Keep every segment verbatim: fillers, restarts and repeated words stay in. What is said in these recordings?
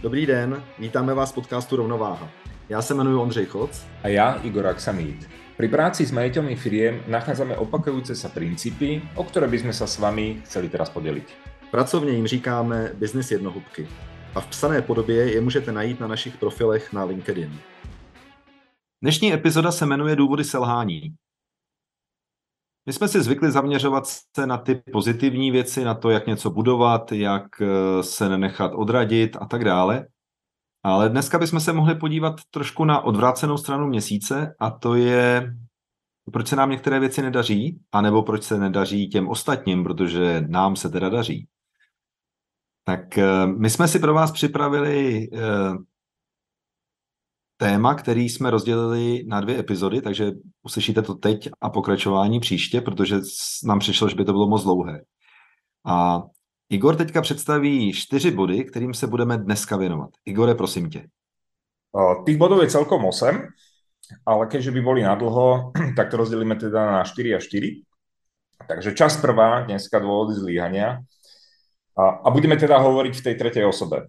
Dobrý den, vítáme vás v podcastu Rovnováha. Já se jmenuji Ondřej Choc. A ja, Igor Aksamit. Pri práci s majiteľmi firiem nachádzame opakujúce sa princípy, o ktoré by sme sa s vami chceli teraz podeliť. Pracovně jim říkáme business jednohubky. A v psané podobě je můžete najít na našich profilech na LinkedIn. Dnešní epizoda se jmenuje Důvody selhání. My jsme si zvykli zaměřovat se na ty pozitivní věci, na to, jak něco budovat, jak se nenechat odradit a tak dále. Ale dneska bychom se mohli podívat trošku na odvrácenou stranu měsíce, a to je, proč se nám některé věci nedaří, anebo proč se nedaří těm ostatním, protože nám se teda daří. Tak my jsme si pro vás připravili téma, který jsme rozdělili na dvě epizody, takže uslyšíte to teď a pokračování příště, protože nám přišlo, že by to bylo moc dlouhé. A Igor teďka představí čtyři body, kterým se budeme dneska věnovat. Igore, prosím tě. Tých bodov je celkom osem, ale keďže by boli nadlho, tak to rozdelíme teda na štyri a štyri. Takže časť prvá, dneska dôvody zlyhania. A, a budeme teda hovoriť v tej tretej osobe.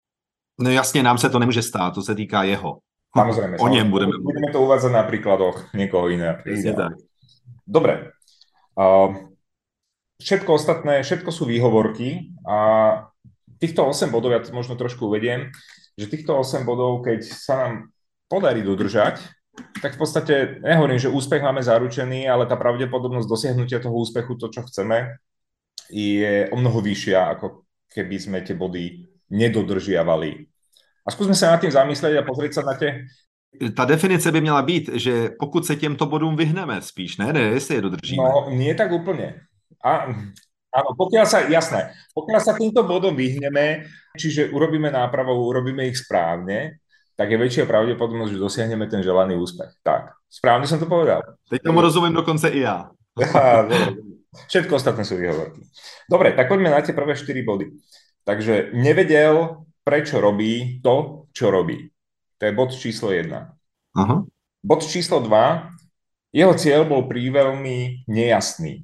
No jasně, nám se to nemůže stát, to se týká jeho. Samozrejme. O něm budeme. Budeme to uvádzať na príkladoch niekoho iného. Tak. Dobre. Uh, všetko ostatné, všetko sú výhovorky a týchto osem bodov, ja to možno trošku uvediem, že týchto osem bodov, keď sa nám podarí dodržať, tak v podstate, nehovorím, že úspech máme zaručený, ale tá pravdepodobnosť dosiahnutia toho úspechu, to, čo chceme, je o mnoho vyššia, ako keby sme tie body nedodržiavali. A skúsme sa nad tým zamyslieť a pozrieť sa na tie... Ta definice by měla být, že pokud se těmto bodům vyhneme spíš, ne, ne, jestli je dodržíme. No, nie tak úplne. A, áno, pokiaľ sa, jasné, pokiaľ sa týmto bodom vyhneme, čiže urobíme nápravu, urobíme ich správne, tak je väčšia pravdepodobnosť, že dosiahneme ten želaný úspech. Tak, správne som to povedal. Teď tomu rozumím dokonce i já. Aha, všetko ostatné sú výhovorky. Dobre, tak poďme na tie prvé štyri body. Takže nevedel, prečo robí to, čo robí. To je bod číslo jedna. Aha. Bod číslo dva. Jeho cieľ bol príveľmi nejasný.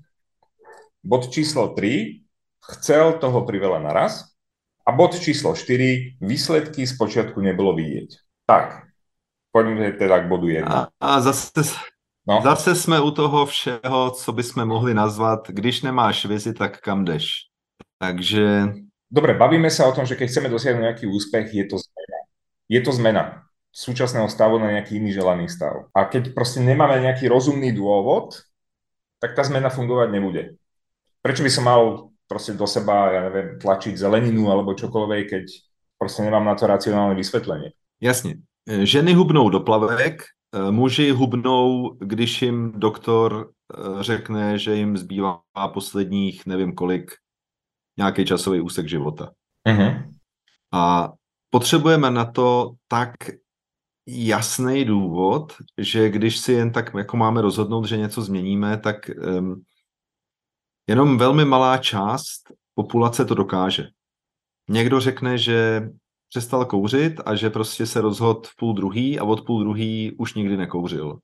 Bod číslo tri. Chcel toho priveľa naraz. A bod číslo štyri. Výsledky zpočiatku nebolo vidieť. Tak, poďme teda k bodu jedna. A, a zase, no. zase jsme u toho všeho, co bychom mohli nazvat, když nemáš vizi, tak kam jdeš. Takže... Dobre, bavíme sa o tom, že keď chceme dosiahnuť nejaký úspech, je to zmena. Je to zmena súčasného stavu na nejaký iný želaný stav. A keď proste nemáme nejaký rozumný dôvod, tak tá zmena fungovať nebude. Prečo by som mal proste do seba, ja neviem, tlačiť zeleninu alebo čokoľvek, keď proste nemám na to racionálne vysvetlenie? Jasně. Ženy hubnou do plavek, muži hubnou, když jim doktor řekne, že jim zbývá posledních, nevím kolik, nějaký časový úsek života. Uh-huh. A potřebujeme na to tak jasný důvod, že když si jen tak jako máme rozhodnout, že něco změníme, tak um, jenom velmi malá část populace to dokáže. Někdo řekne, že přestal kouřit a že prostě se rozhodl v půl druhý a od půl druhý už nikdy nekouřil.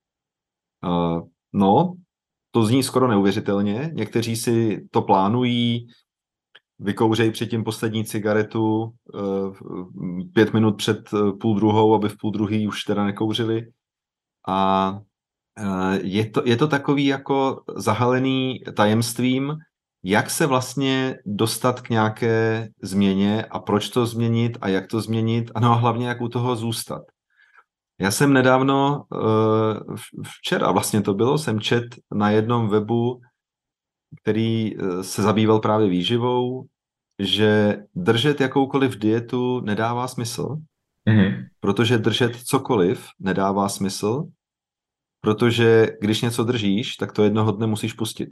Uh, no, to zní skoro neuvěřitelně. Někteří si to plánují, vykouřejí předtím poslední cigaretu uh, pět minut před půl druhou, aby v půl druhý už teda nekouřili. A uh, je to, je to takový jako zahalený tajemstvím, jak se vlastně dostat k nějaké změně a proč to změnit a jak to změnit a no a hlavně jak u toho zůstat. Já jsem nedávno, včera vlastně to bylo, jsem čet na jednom webu, který se zabýval právě výživou, že držet jakoukoliv dietu nedává smysl, mm-hmm. protože držet cokoliv nedává smysl, protože když něco držíš, tak to jednoho dne musíš pustit.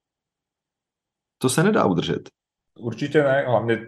To se nedá udržet. Určite ne, hlavne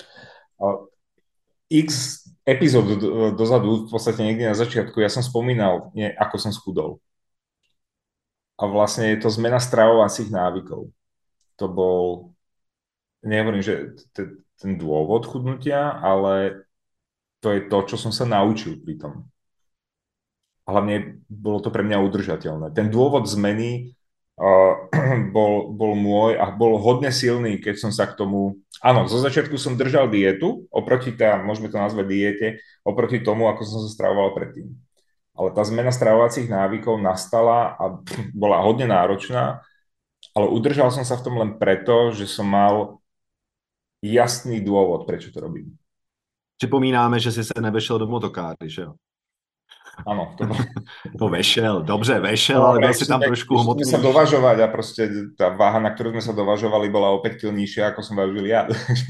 x epizód dozadu, v podstate niekde na začiatku, ja som spomínal, nie, ako som schudol. A vlastne je to zmena stravovacích návykov. To bol, nehovorím, že t- ten dôvod chudnutia, ale to je to, čo som sa naučil pri tom. A hlavne bolo to pre mňa udržateľné. Ten dôvod zmeny bol, bol môj a bol hodne silný, keď som sa k tomu... Áno, zo začiatku som držal dietu, oproti, tá, môžeme to nazvať diete, oproti tomu, ako som sa stravoval predtým. Ale tá zmena stravovacích návykov nastala a bola hodne náročná, ale udržal som sa v tom len preto, že som mal jasný dôvod, prečo to robím. Připomínáme, že jsi se nevešel do motokáry, že jo? Áno, to bolo... No vešel, dobře, vešel, No, ale byl dobre, si ešte tam sme, trošku ešte sme sa hmotný. dovažovať a proste tá váha, na ktorú sme sa dovažovali, bola o päť kil nižšia, ako som vážil ja.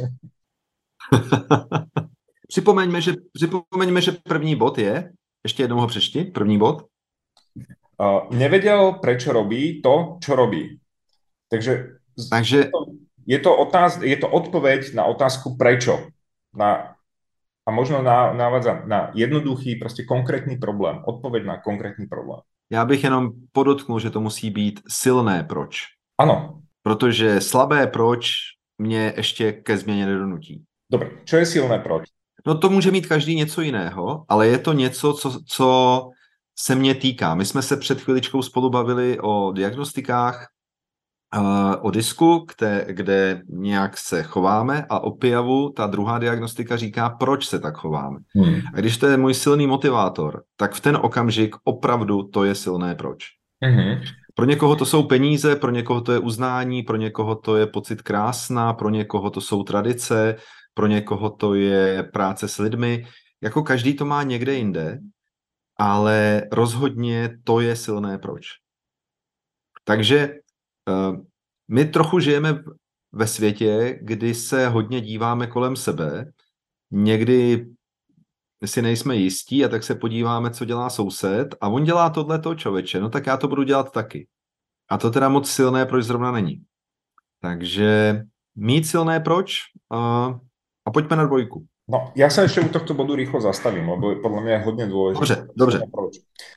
Připomeňme, že, připomeňme, že první bod je, ještě jednou ho přečti, první bod. Uh, nevedel, prečo robí to, čo robí. Takže Takže je to, otáz, je to odpoveď na otázku prečo. Na, a možno návádza na jednoduchý, prostě konkrétny problém. Odpoveď na konkrétny problém. já bych jenom podotknul, že to musí být silné proč. Ano. Protože slabé proč mě ještě ke změně nedonutí. Dobre, čo je silné proč? No to může mít každý něco jiného, ale je to něco, co, co se mě týká. My jsme se před chviličkou spolu bavili o diagnostikách, o disku, kde, kde nějak se chováme a o pijavu ta druhá diagnostika říká, proč se tak chováme. Hmm. A když to je můj silný motivátor, tak v ten okamžik opravdu to je silné proč. Hmm. Pro někoho to jsou peníze, pro někoho to je uznání, pro někoho to je pocit krásná, pro někoho to jsou tradice, pro někoho to je práce s lidmi. Jako každý to má někde jinde, ale rozhodně to je silné proč. Takže my trochu žijeme ve světě, kdy se hodně díváme kolem sebe, někdy si nejsme jistí a tak se podíváme, co dělá soused a on dělá tohleto člověče, no tak já to budu dělat taky. A to teda moc silné proč zrovna není. Takže mít silné proč a, a pojďme na dvojku. No, ja sa ešte u tohto bodu rýchlo zastavím, lebo podľa mňa je hodne dôležité. Dobře, dobře.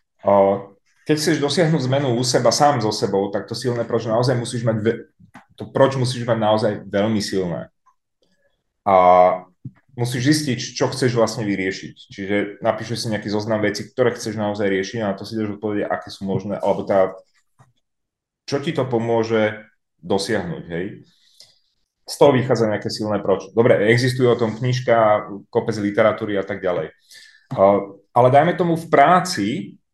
Keď chceš dosiahnuť zmenu u seba sám so sebou, tak to silné proč naozaj musíš mať, to proč musíš mať naozaj veľmi silné. A musíš zistiť, čo chceš vlastne vyriešiť. Čiže napíšeš si nejaký zoznam vecí, ktoré chceš naozaj riešiť a na to si dáš odpovedať, aké sú možné, alebo tá, čo ti to pomôže dosiahnuť, hej. Z toho vychádza nejaké silné proč. Dobre, existuje o tom knižka, kopec literatúry a tak ďalej. Ale dajme tomu v práci,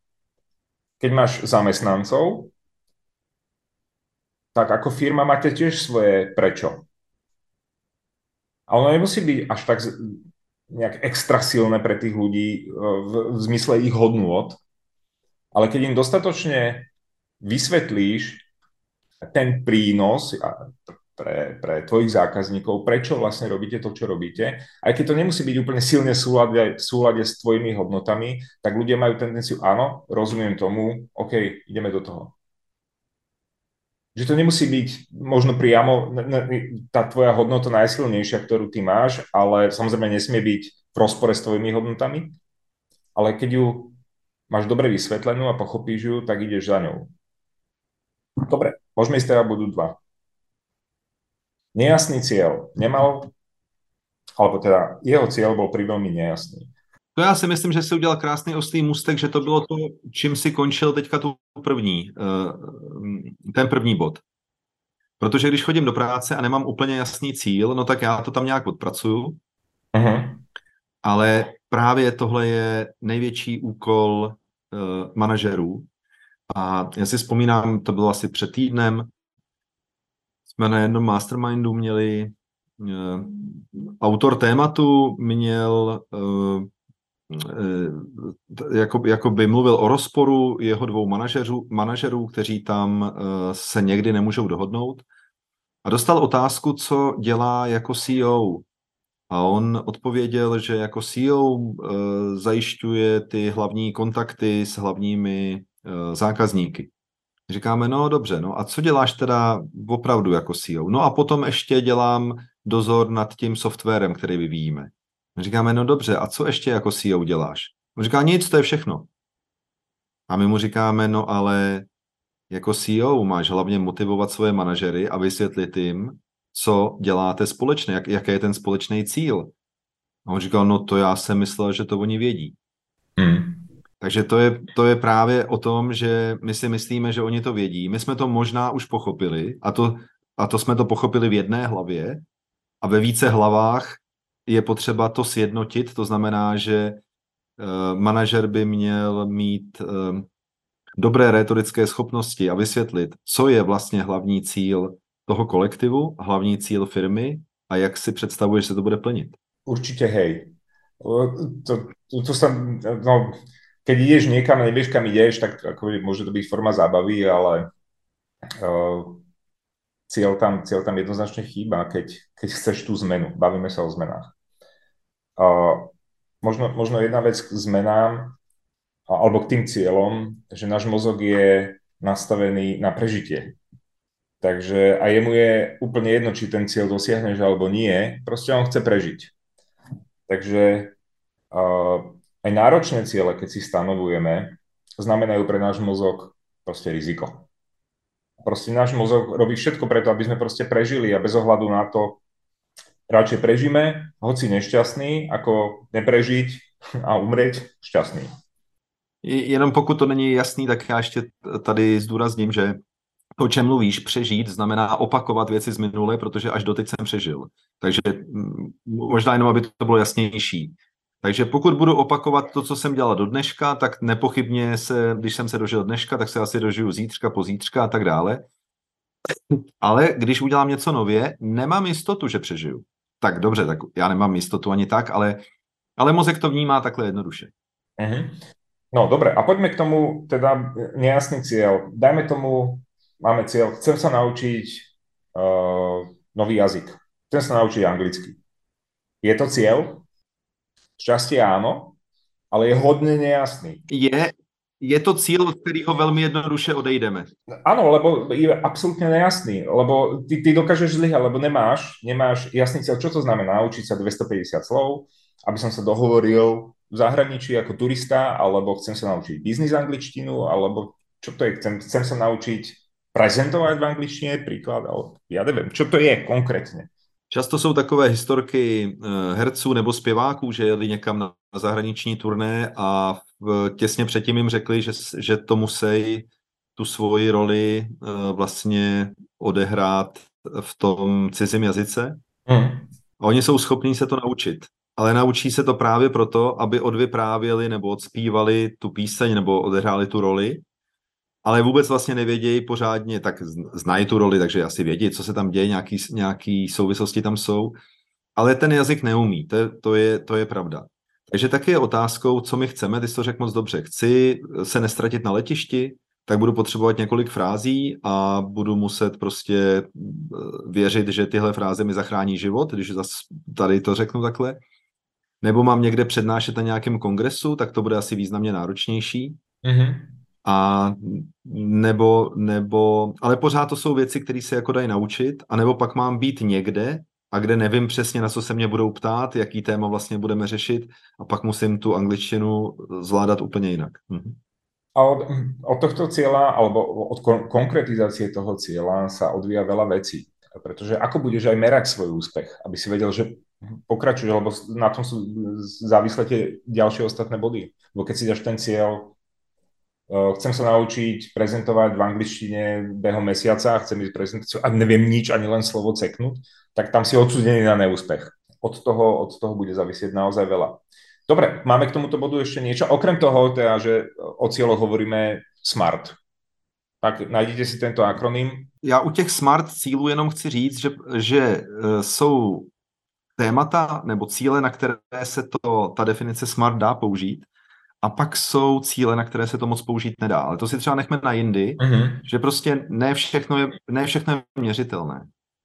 keď máš zamestnancov, tak ako firma máte tiež svoje prečo. A ono nemusí byť až tak nejak extra silné pre tých ľudí v, v zmysle ich hodnôt, ale keď im dostatočne vysvetlíš ten prínos pre, pre tvojich zákazníkov, prečo vlastne robíte to, čo robíte, aj keď to nemusí byť úplne silne v súlade, v súlade s tvojimi hodnotami, tak ľudia majú tendenciu, áno, rozumiem tomu, OK, ideme do toho. Že to nemusí byť možno priamo tá tvoja hodnota najsilnejšia, ktorú ty máš, ale samozrejme nesmie byť v rozpore s tvojimi hodnotami, ale keď ju máš dobre vysvetlenú a pochopíš ju, tak ideš za ňou. Dobre, môžeme ísť teda bodu dva. Nejasný cieľ nemal, alebo teda jeho cieľ bol priveľmi nejasný. To já si myslím, že si udělal krásný ostrý můstek, že to bylo to, čím si končil teďka tu první, ten první bod. Protože když chodím do práce a nemám úplně jasný cíl, no tak já to tam nějak odpracuju, uh-huh. Ale právě tohle je největší úkol uh, manažerů. A já si vzpomínám, to bylo asi před týdnem, jsme na jednom mastermindu měli, uh, autor tématu měl, uh, uh, jako, jako by mluvil o rozporu jeho dvou manažerů, manažerů kteří tam uh, se někdy nemůžou dohodnout. A dostal otázku, co dělá jako C E O. A on odpověděl, že jako C E O uh, zajišťuje ty hlavní kontakty s hlavními uh, zákazníky. Říkáme, no dobře, no a co děláš teda opravdu jako C E O? No a potom ještě dělám dozor nad tím softwarem, který vyvíjíme. Říkáme, no dobře, a co ještě jako C E O děláš? On říká, nic, to je všechno. A my mu říkáme, no ale jako C E O máš hlavně motivovat svoje manažery a vysvětlit jim, co děláte společně, jak, jaký je ten společný cíl. A on říkal, no to já jsem myslel, že to oni vědí. Hmm. Takže to je, to je právě o tom, že my si myslíme, že oni to vědí. My jsme to možná už pochopili a to, a to jsme to pochopili v jedné hlavě a ve více hlavách je potřeba to sjednotit. To znamená, že uh, manažer by měl mít uh, dobré rétorické schopnosti a vysvětlit, co je vlastně hlavní cíl toho kolektivu, hlavní cíl firmy a jak si představuješ, že se to bude plnit. Určite hej. To, to, to sa, no, keď ideš niekam a nevieš, kam ideš, tak ako, môže to byť forma zábavy, ale uh, cieľ, tam, cieľ tam jednoznačne chýba, keď, keď chceš tú zmenu. Bavíme sa o zmenách. Uh, možno, možno jedna vec k zmenám, alebo k tým cieľom, že náš mozog je nastavený na prežitie. Takže a jemu je úplne jedno, či ten cieľ dosiahneš alebo nie, proste on chce prežiť. Takže uh, aj náročné ciele, keď si stanovujeme, znamenajú pre náš mozog proste riziko. Proste náš mozog robí všetko preto, aby sme proste prežili a bez ohľadu na to radšej prežíme, hoci nešťastný, ako neprežiť a umrieť šťastný. Jenom pokud to není jasný, tak já ještě tady zdůrazním, že o čem mluvíš, přežít, znamená opakovat věci z minule, protože až doteď jsem přežil. Takže možná jenom, aby to bylo jasnější. Takže pokud budu opakovat to, co jsem dělal do dneška, tak nepochybně se, když jsem se dožil dneška, tak se asi dožiju zítřka, pozítřka a tak dále. Ale když udělám něco nově, nemám jistotu, že přežiju. Tak dobře, tak já nemám jistotu ani tak, ale, ale mozek to vnímá takhle jednoduše. Uh-huh. No dobre, a poďme k tomu teda nejasný cieľ. Dajme tomu, máme cieľ, chcem sa naučiť uh, nový jazyk. Chcem sa naučiť anglicky. Je to cieľ? Šťastie áno, ale je hodne nejasný. Je, je to cíl, od ktorého veľmi jednoduše odejdeme. Áno, lebo je absolútne nejasný, lebo ty, ty dokážeš zlyhať, lebo nemáš, nemáš jasný cieľ. Čo to znamená? Naučiť sa dvestopäťdesiat slov, aby som sa dohovoril v zahraničí ako turista, alebo chcem sa naučiť biznis angličtinu, alebo čo to je? Chcem, chcem sa naučiť prezentovať v angličtine, príklad, alebo ja neviem, čo to je konkrétne. Často jsou takové historky herců nebo zpěváků, že jeli někam na zahraniční turné a těsně předtím jim řekli, že, že to musí tu svoji roli vlastně odehrát v tom cizím jazyce. Hmm. A oni jsou schopní se to naučit. Ale naučí se to právě proto, aby odvyprávěli nebo odspívali tu píseň nebo odehráli tu roli, ale vůbec vlastně nevědějí pořádně, tak znají tu roli, takže asi vědí, co se tam děje, nějaký, nějaký souvislosti tam jsou, ale ten jazyk neumí, to je, to je, to je pravda. Takže taky je otázkou, co my chceme, ty jsi to řekl moc dobře, chci se nestratit na letišti, tak budu potřebovat několik frází a budu muset prostě věřit, že tyhle fráze mi zachrání život, když zase tady to řeknu takhle. Nebo mám někde přednášet na nějakém kongresu, tak to bude asi významně náročnější. Mm-hmm. A nebo, nebo, ale pořád to jsou věci, které se jako dají naučit, a nebo pak mám být někde, a kde nevím přesně, na co se mě budou ptát, jaký téma vlastně budeme řešit, a pak musím tu angličtinu zvládat úplně jinak. Mm-hmm. A od, od tohto cieľa, alebo od kon- konkretizácie toho cieľa sa odvíja veľa vecí. Pretože ako budeš aj merať svoj úspech, aby si vedel, že pokračuješ, lebo na tom sú závislé tie ďalšie ostatné body. Lebo keď si dáš ten cieľ, uh, chcem sa naučiť prezentovať v angličtine behom mesiaca, chcem ísť prezentáciu a neviem nič, ani len slovo ceknúť, tak tam si odsúdený na neúspech. Od toho, od toho bude závisieť naozaj veľa. Dobre, máme k tomuto bodu ešte niečo. Okrem toho, teda, že o cieľoch hovoríme SMART. Tak najdete si tento akronym. Já u těch SMART cílů jenom chci říct, že, že jsou témata nebo cíle, na které se to, ta definice SMART dá použít, a pak jsou cíle, na které se to moc použít nedá. Ale to si třeba nechme na jindy, mm-hmm. že prostě ne všechno je, ne všechno je měřitelné.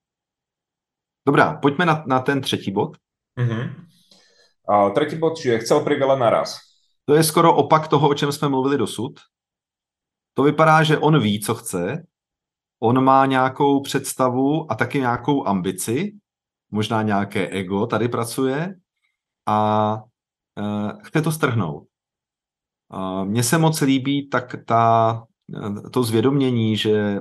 Dobrá, pojďme na, na ten třetí bod. Mm-hmm. A tretí bod, čiže chcel priveľa naraz. To je skoro opak toho, o čem jsme mluvili dosud. To vypadá, že on ví, co chce, on má nějakou představu a taky nějakou ambici, možná nějaké ego tady pracuje a uh, chce to strhnout. Uh, mně se moc líbí tak ta, to zvědomění, že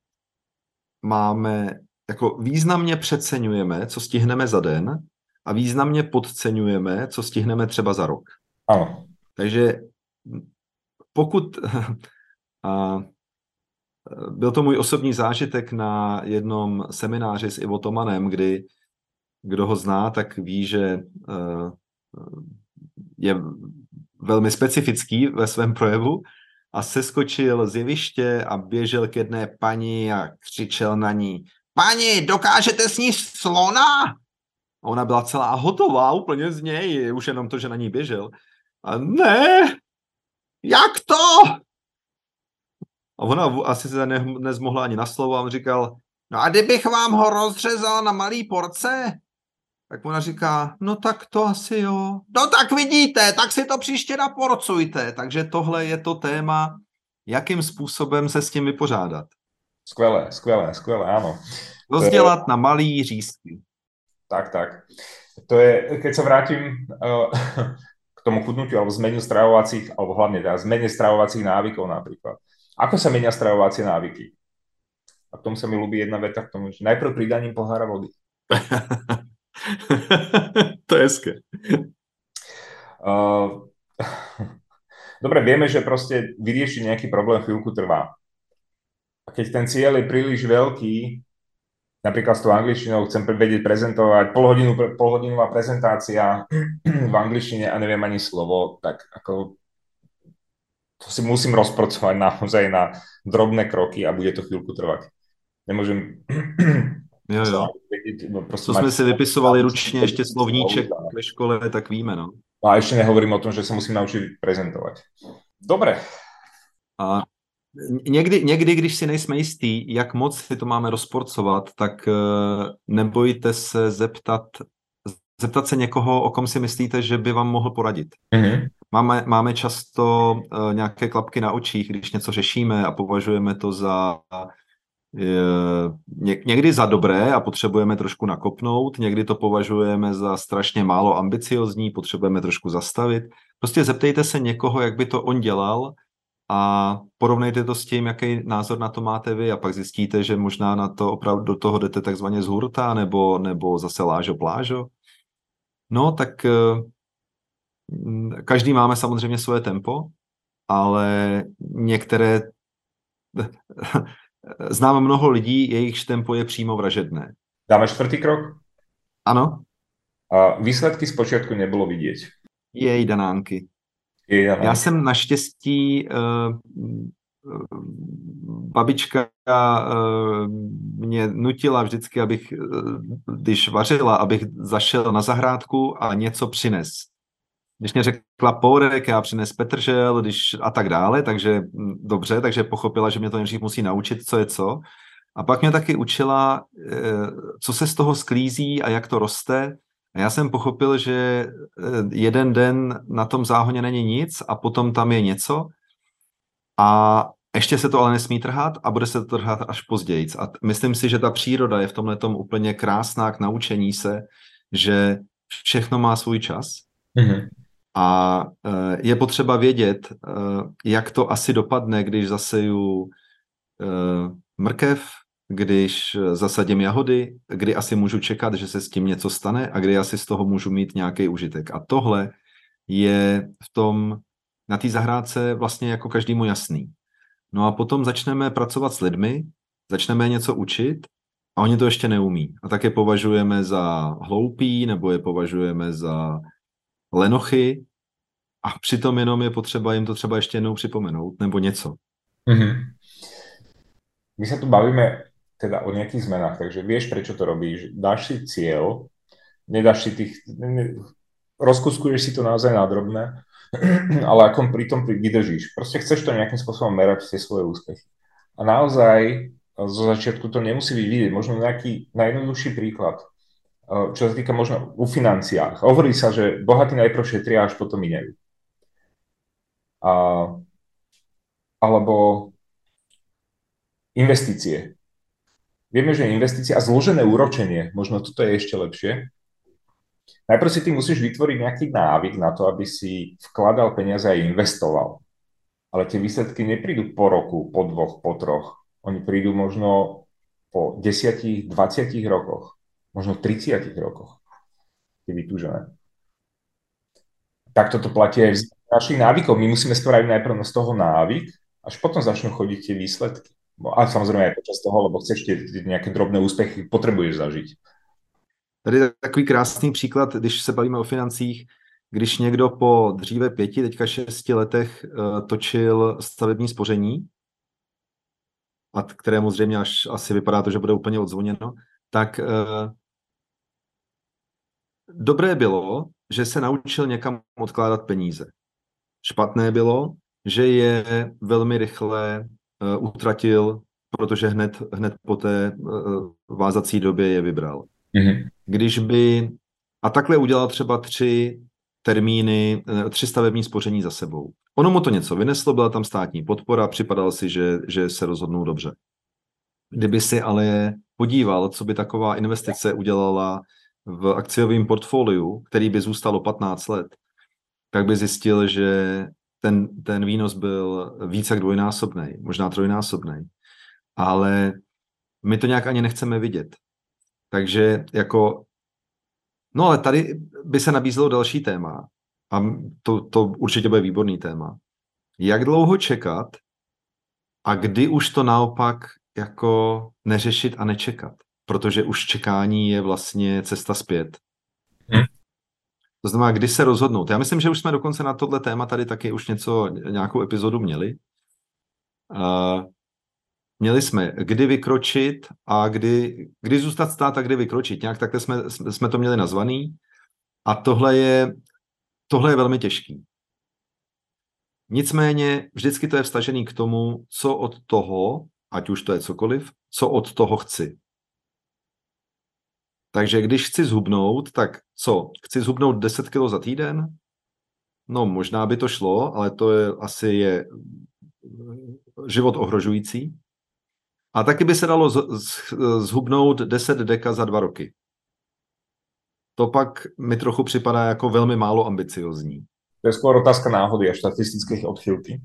máme, jako významně přeceňujeme, co stihneme za den, a významně podceňujeme, co stihneme třeba za rok. Ano. Takže pokud a, byl to můj osobní zážitek na jednom semináři s Ivo Tomanem, kdy kdo ho zná, tak ví, že uh, je velmi specifický ve svém projevu a seskočil z jeviště a běžel k jedné paní a křičel na ní: Pani, dokážete sníst slona? A ona byla celá hotová úplně z něj, už jenom to, že na ní běžel. A ne, jak to? A ona asi se ne, nezmohla ani na slovo a on říkal: no a kdybych vám ho rozřezal na malý porce? Tak ona říká: no tak to asi jo. No tak vidíte, tak si to příště naporcujte. Takže tohle je to téma, jakým způsobem se s tím vypořádat. Skvelé, skvelé, skvelé, áno. Rozdělat je... na malý řízky. Tak, tak. To je, keď sa vrátim uh, k tomu chudnutiu alebo zmenu stravovacích, alebo hlavne teda zmene stravovacích návykov napríklad. Ako sa menia stravovacie návyky? A k tomu sa mi ľúbi jedna veta k tomu, že najprv pridaním pohára vody. To je hezké. Uh, Dobre, vieme, že proste vyriešiť nejaký problém chvíľku trvá. A keď ten cieľ je príliš veľký, napríklad s tou angličtinou chcem vedieť prezentovať, polhodinu, polhodinová prezentácia v angličtine a neviem ani slovo, tak ako to si musím rozpracovať naozaj na drobné kroky a bude to chvíľku trvať. Nemôžem... Jo, jo. To jsme si vypisovali ručně ještě slovníček ve škole, tak víme, no. A ešte nehovorím o tom, že sa musím naučiť prezentovať. Dobre. A někdy, někdy, když si nejsme jistý, jak moc si to máme rozporcovat, tak nebojte se zeptat, zeptat se někoho, o kom si myslíte, že by vám mohl poradit. Mm-hmm. Máme, máme často nějaké klapky na očích, když něco řešíme a považujeme to za... někdy za dobré a potřebujeme trošku nakopnout, někdy to považujeme za strašně málo ambiciozní, potřebujeme trošku zastavit. Prostě zeptejte se někoho, jak by to on dělal a porovnejte to s tím, jaký názor na to máte vy a pak zjistíte, že možná na to opravdu do toho jdete takzvaně z hurta nebo, nebo zase lážo plážo. No tak každý máme samozřejmě svoje tempo, ale některé... Znám mnoho lidí, jejichž tempo je přímo vražedné. Dáme čtvrtý krok? Ano. A výsledky zpočátku nebylo vidět. Jej danánky. Jej danánky. Já jsem naštěstí uh, babička uh, mě nutila vždycky, abych, uh, když vařila, abych zašel na zahrádku a něco přines. Když mě řekla pourek, já přines petržel, když a tak dále, takže dobře, takže pochopila, že mě to nejdřív musí naučit, co je co. A pak mě taky učila, co se z toho sklízí a jak to roste. A já jsem pochopil, že jeden den na tom záhoně není nic a potom tam je něco. A ještě se to ale nesmí trhat a bude se to trhat až později. A myslím si, že ta příroda je v tomhletom úplně krásná k naučení se, že všechno má svůj čas. Mm-hmm. A je potřeba vědět, jak to asi dopadne, když zaseju mrkev, když zasadím jahody, kdy asi můžu čekat, že se s tím něco stane a kdy asi z toho můžu mít nějaký užitek. A tohle je v tom, na té zahrádce vlastně jako každému jasný. No a potom začneme pracovat s lidmi, začneme něco učit a oni to ještě neumí. A tak je považujeme za hloupý nebo je považujeme za lenochy a přitom jenom je potřeba jim to třeba ještě jednou připomenout, nebo něco. Mm-hmm. My sa tu bavíme teda o nejakých zmenách, takže vieš, prečo to robíš. Dáš si cieľ, nedáš si tých... Ne, rozkuskuješ si to naozaj na drobné, ale ako pri tom vydržíš. Proste chceš to nejakým spôsobom merať tie svoje úspechy. A naozaj zo začiatku to nemusí byť vidieť. Možno nejaký najjednoduchší príklad, čo sa týka možno u financiách. Hovorí sa, že bohatí najprv šetria, až potom minajú. A, alebo investície. Vieme, že investície a zložené úročenie, možno toto je ešte lepšie. Najprv si ty musíš vytvoriť nejaký návyk na to, aby si vkladal peniaze a investoval. Ale tie výsledky neprídu po roku, po dvoch, po troch. Oni prídu možno po desiatich, dvadsiatich rokoch, možno tridsiatich rokoch. Je vytúžené. Takto to platí aj v našich návykov. My musíme spraviť najprv z toho návyk, až potom začnú chodiť tie výsledky. A samozrejme aj počas toho, lebo chceš tie nejaké drobné úspechy, potrebuješ zažiť. Tady je takový krásný příklad, když se bavíme o financích, když někdo po dříve pěti, teďka šesti letech uh, točil stavební spoření, a kterému zřejmě až asi vypadá to, že bude úplně odzvoněno, tak uh, dobré bylo, že se naučil někam odkládat peníze. Špatné bylo, že je velmi rychle uh, utratil, protože hned, hned po té uh, vázací době je vybral. Mm-hmm. Když by... A takhle udělal třeba tři termíny, tři stavební spoření za sebou. Ono mu to něco vyneslo, byla tam státní podpora, připadal si, že, že se rozhodnou dobře. Kdyby si ale podíval, co by taková investice udělala v akciovém portfoliu, který by zůstalo patnáct let, tak by zjistil, že ten, ten výnos byl více jak dvojnásobný, možná trojnásobný. Ale my to nějak ani nechceme vidět. Takže jako, no ale tady by se nabízelo další téma a to, to určitě bude výborný téma. Jak dlouho čekat a kdy už to naopak jako neřešit a nečekat, protože už čekání je vlastně cesta zpět. Hmm. To znamená, kdy se rozhodnout. Já myslím, že už jsme dokonce na tohle téma tady taky už něco, nějakou epizodu měli. Uh, Měli jsme, kdy vykročit a kdy, kdy zůstat stát a kdy vykročit. Nějak takhle jsme, jsme to měli nazvaný. A tohle je, tohle je velmi těžký. Nicméně vždycky to je vztažený k tomu, co od toho, ať už to je cokoliv, co od toho chci. Takže když chci zhubnout, tak co? Chci zhubnout deset kilo za týden? No možná by to šlo, ale to je, asi je život ohrožující. A taky by se dalo zhubnout deset deka za dva roky. To pak mi trochu připadá jako velmi málo ambiciozní. To je skôr otázka náhody a štatistické odchylky.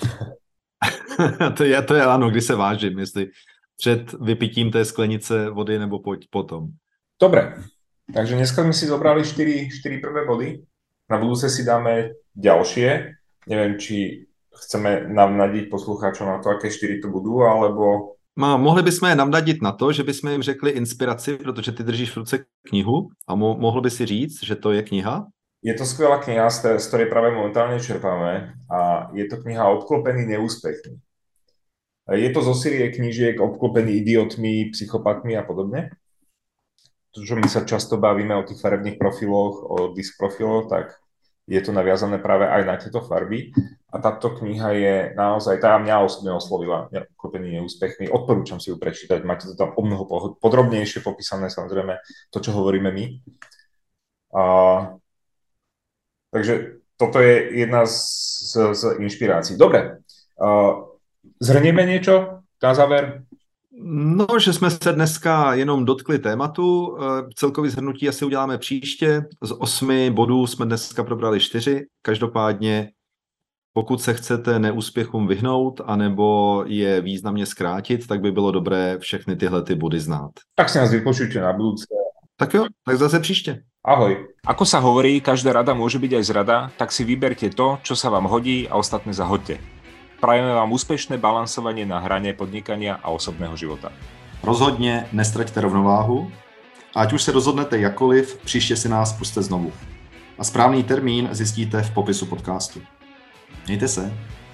to, je, to je ano, kdy se vážím, jestli před vypitím té sklenice vody nebo po, potom. Dobre, takže dneska sme si zobrali štyri prvé body. Na budúce si dáme ďalšie. Neviem, či chceme navnadiť poslucháčom na to, aké štyri to budú, alebo... No, mohli bychom je navnadit na to, že bychom jim řekli inspiraci, protože ty držíš v ruce knihu a mo- mohl by si říct, že to je kniha? Je to skvelá kniha, z ktorej práve momentálne čerpáme a je to kniha Obklopený neúspechmi. Je to zo série knížiek Obklopený idiotmi, psychopatmi a podobne. To, čo my sa často bavíme o tých farebných profiloch, o disk profiloch, tak je to naviazané práve aj na tieto farby. A táto kniha je naozaj, tá mňa osobne oslovila, Obklopený neúspechmi. Odporúčam si ju prečítať, máte to tam o mnoho podrobnejšie popísané, samozrejme, to, čo hovoríme my. A, takže toto je jedna z, z, z inšpirácií. Dobre, uh, zhrnieme niečo na záver? No, že jsme se dneska jenom dotkli tématu. Celkový shrnutí asi uděláme příště. Z osmi bodů jsme dneska probrali čtyři. Každopádně, pokud se chcete neúspěchům vyhnout, anebo je významně zkrátit, tak by bylo dobré všechny tyhle ty body znát. Tak si nás vypočujte na budúce. Tak jo, tak zase příště. Ahoj. Ako sa hovorí, každá rada môže byť aj zrada, tak si vyberte to, čo sa vám hodí a ostatné zahoďte. Prajeme vám úspešné balansovanie na hrane podnikania a osobného života. Rozhodně nestraťte rovnováhu. Ať už se rozhodnete jakkoliv, příště si nás pusťte znovu. A správný termín zjistíte v popisu podcastu. Mějte se.